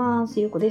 ます。ゆうこです。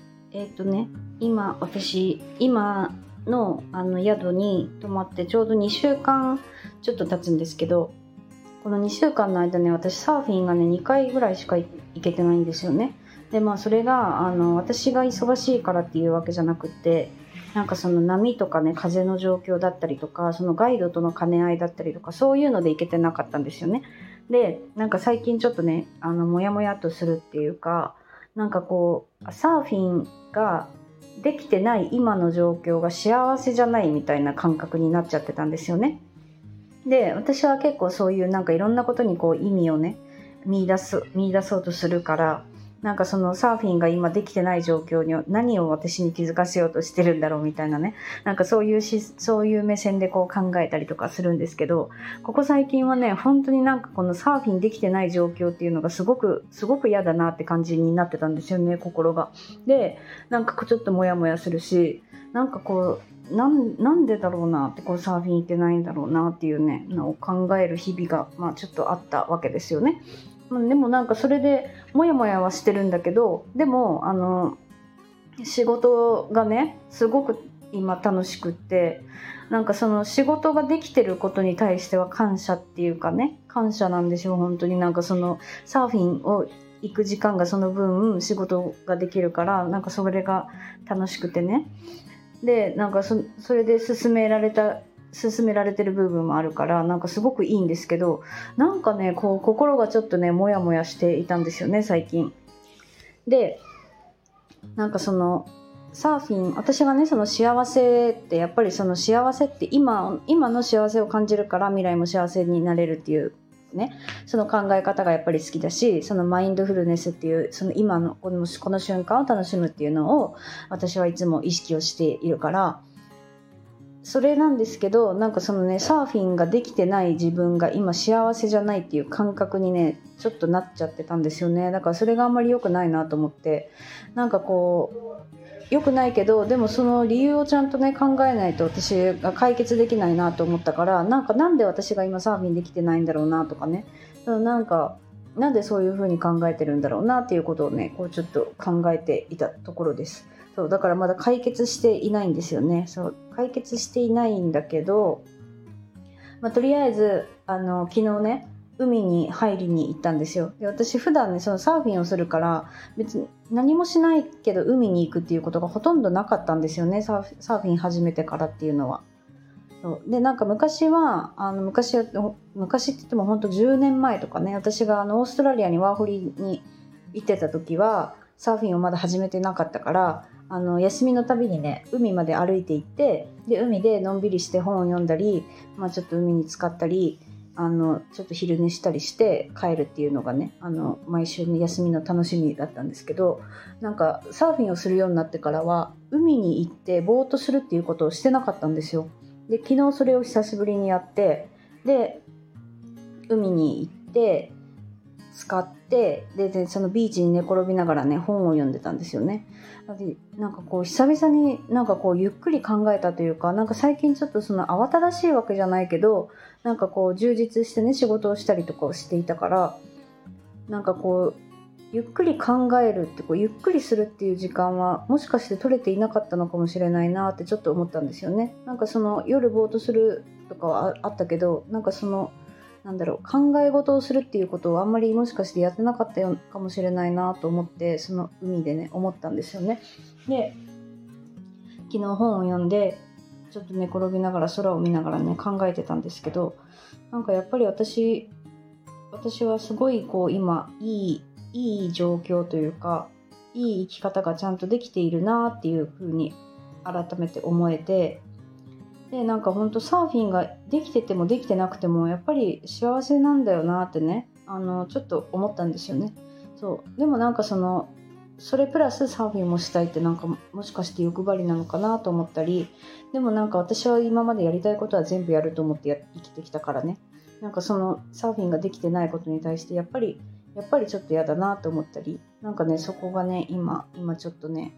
今の宿に泊まってちょうど2週間ちょっと経つんですけど、この2週間の間ね、私サーフィンがね2回ぐらいしか行けてないんですよね。でそれが私が忙しいからっていうわけじゃなくて、なんかその波とかね、風の状況だったりとか、そのガイドとの兼ね合いだったりとか、そういうので行けてなかったんですよね。でなんか最近ちょっとね、モヤモヤとするっていうか、なんかこうサーフィンができてない今の状況が幸せじゃないみたいな感覚になっちゃってたんですよね。で私は結構そういうなんかいろんなことにこう意味をね見出そうとするから、なんかそのサーフィンが今できてない状況に何を私に気づかせようとしてるんだろうみたいなね、なんかそういう目線でこう考えたりとかするんですけど、ここ最近はね本当になんかこのサーフィンできてない状況っていうのがすごく嫌だなって感じになってたんですよね、心が。でなんかちょっとモヤモヤするし、なんかこうなんでだろうなって、こうサーフィン行ってないんだろうなっていうねのを考える日々がちょっとあったわけですよね。でもなんかそれでモヤモヤはしてるんだけど、でも仕事がねすごく今楽しくって、なんかその仕事ができてることに対しては感謝っていうかね、感謝なんですよ本当に。なんかそのサーフィンを行く時間がその分仕事ができるから、なんかそれが楽しくてね。でなんかそれで進められてる部分もあるから、なんかすごくいいんですけど、なんかねこう心がちょっとねモヤモヤしていたんですよね最近。でなんかそのサーフィン、私がねその幸せってやっぱりその幸せって今の幸せを感じるから未来も幸せになれるっていうね、その考え方がやっぱり好きだし、そのマインドフルネスっていうその今のこの瞬間を楽しむっていうのを私はいつも意識をしているから、それなんですけど、なんかそのねサーフィンができてない自分が今幸せじゃないっていう感覚にねちょっとなっちゃってたんですよね。だからそれがあんまり良くないなと思って、なんかこう良くないけど、でもその理由をちゃんとね考えないと私が解決できないなと思ったから、なんで私が今サーフィンできてないんだろうなとかね、なんでそういう風に考えてるんだろうなっていうことをねこうちょっと考えていたところです。そうだからまだ解決していないんですよね。そう解決していないんだけど、とりあえず昨日ね海に入りに行ったんですよ。で私普段ねそのサーフィンをするから別に何もしないけど海に行くっていうことがほとんどなかったんですよね、サーフィン始めてからっていうのは。そうでなんか昔って言っても本当10年前とかね、私がオーストラリアにワーホリに行ってた時はサーフィンをまだ始めてなかったから、休みのたびにね海まで歩いて行って、で海でのんびりして本を読んだり、ちょっと海に浸かったりちょっと昼寝したりして帰るっていうのがね毎週の休みの楽しみだったんですけど、なんかサーフィンをするようになってからは海に行ってぼーっとするっていうことをしてなかったんですよ。で昨日それを久しぶりにやって、で海に行って使ってでそのビーチに寝転びながらね本を読んでたんですよね。でなんかこう久々になんかこうゆっくり考えたというか、なんか最近ちょっとその慌ただしいわけじゃないけど、なんかこう充実してね仕事をしたりとかをしていたから、なんかこうゆっくり考えるってこうゆっくりするっていう時間はもしかして取れていなかったのかもしれないなってちょっと思ったんですよね。なんかその夜ぼーっとするとかはあったけど、なんかその考え事をするっていうことをあんまりもしかしてやってなかったのかもしれないなと思って、その海でね思ったんですよね。で昨日本を読んでちょっと寝転びながら空を見ながらね考えてたんですけど、なんかやっぱり私はすごいこう今いい状況というか、いい生き方がちゃんとできているなっていう風に改めて思えて、でなんかほんとサーフィンができててもできてなくてもやっぱり幸せなんだよなってねちょっと思ったんですよね。そうでもなんかそれプラスサーフィンもしたいって、なんかもしかして欲張りなのかなと思ったり、でもなんか私は今までやりたいことは全部やると思って生きてきたからね、なんかそのサーフィンができてないことに対してやっぱりちょっと嫌だなと思ったり、なんかねそこがね今ちょっとね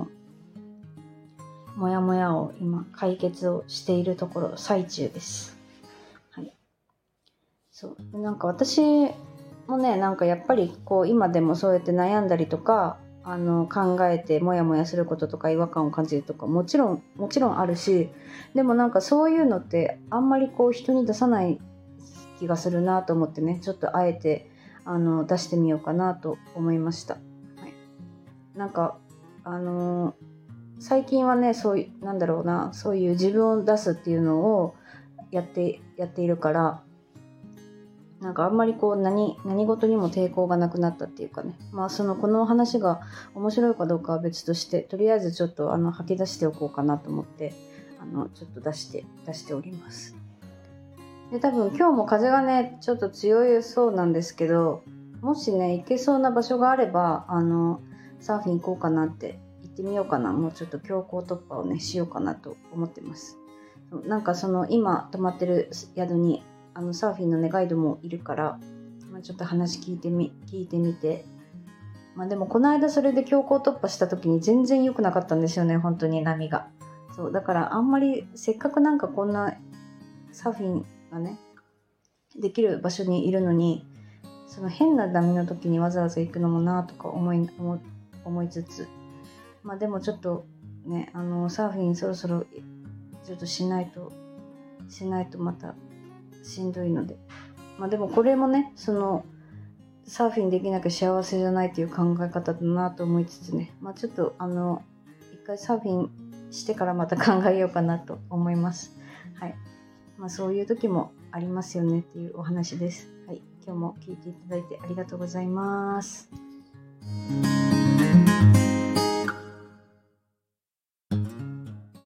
モヤモヤを今解決をしているところ最中です。はい。そうなんか私もねなんかやっぱりこう今でもそうやって悩んだりとか考えてモヤモヤすることとか違和感を感じるとかもちろんあるし、でもなんかそういうのってあんまりこう人に出さない気がするなと思ってね、ちょっとあえて出してみようかなと思いました。はい、なんか最近はね、そういうそういう自分を出すっていうのをやっているから、なんかあんまりこう何事にも抵抗がなくなったっていうかね、まあこの話が面白いかどうかは別として、とりあえずちょっと吐き出しておこうかなと思ってちょっと出しております。で、多分今日も風がねちょっと強いそうなんですけど、もしね行けそうな場所があればサーフィン行こうかなって、行ってみようかな、もうちょっと強行突破をねしようかなと思ってます。なんか今泊まってる宿にサーフィンのねガイドもいるから、ちょっと話聞いてみて、でもこの間それで強行突破した時に全然良くなかったんですよね、本当に波が。そうだからあんまり、せっかくなんかこんなサーフィンがねできる場所にいるのに、その変な波の時にわざわざ行くのもなとか思いつつ、でもちょっとねサーフィンそろそろちょっとしないとまたしんどいので、でもこれもねサーフィンできなきゃ幸せじゃないという考え方だなと思いつつね、ちょっと一回サーフィンしてからまた考えようかなと思います。はい、そういう時もありますよねっていうお話です。はい、今日も聞いていただいてありがとうございます。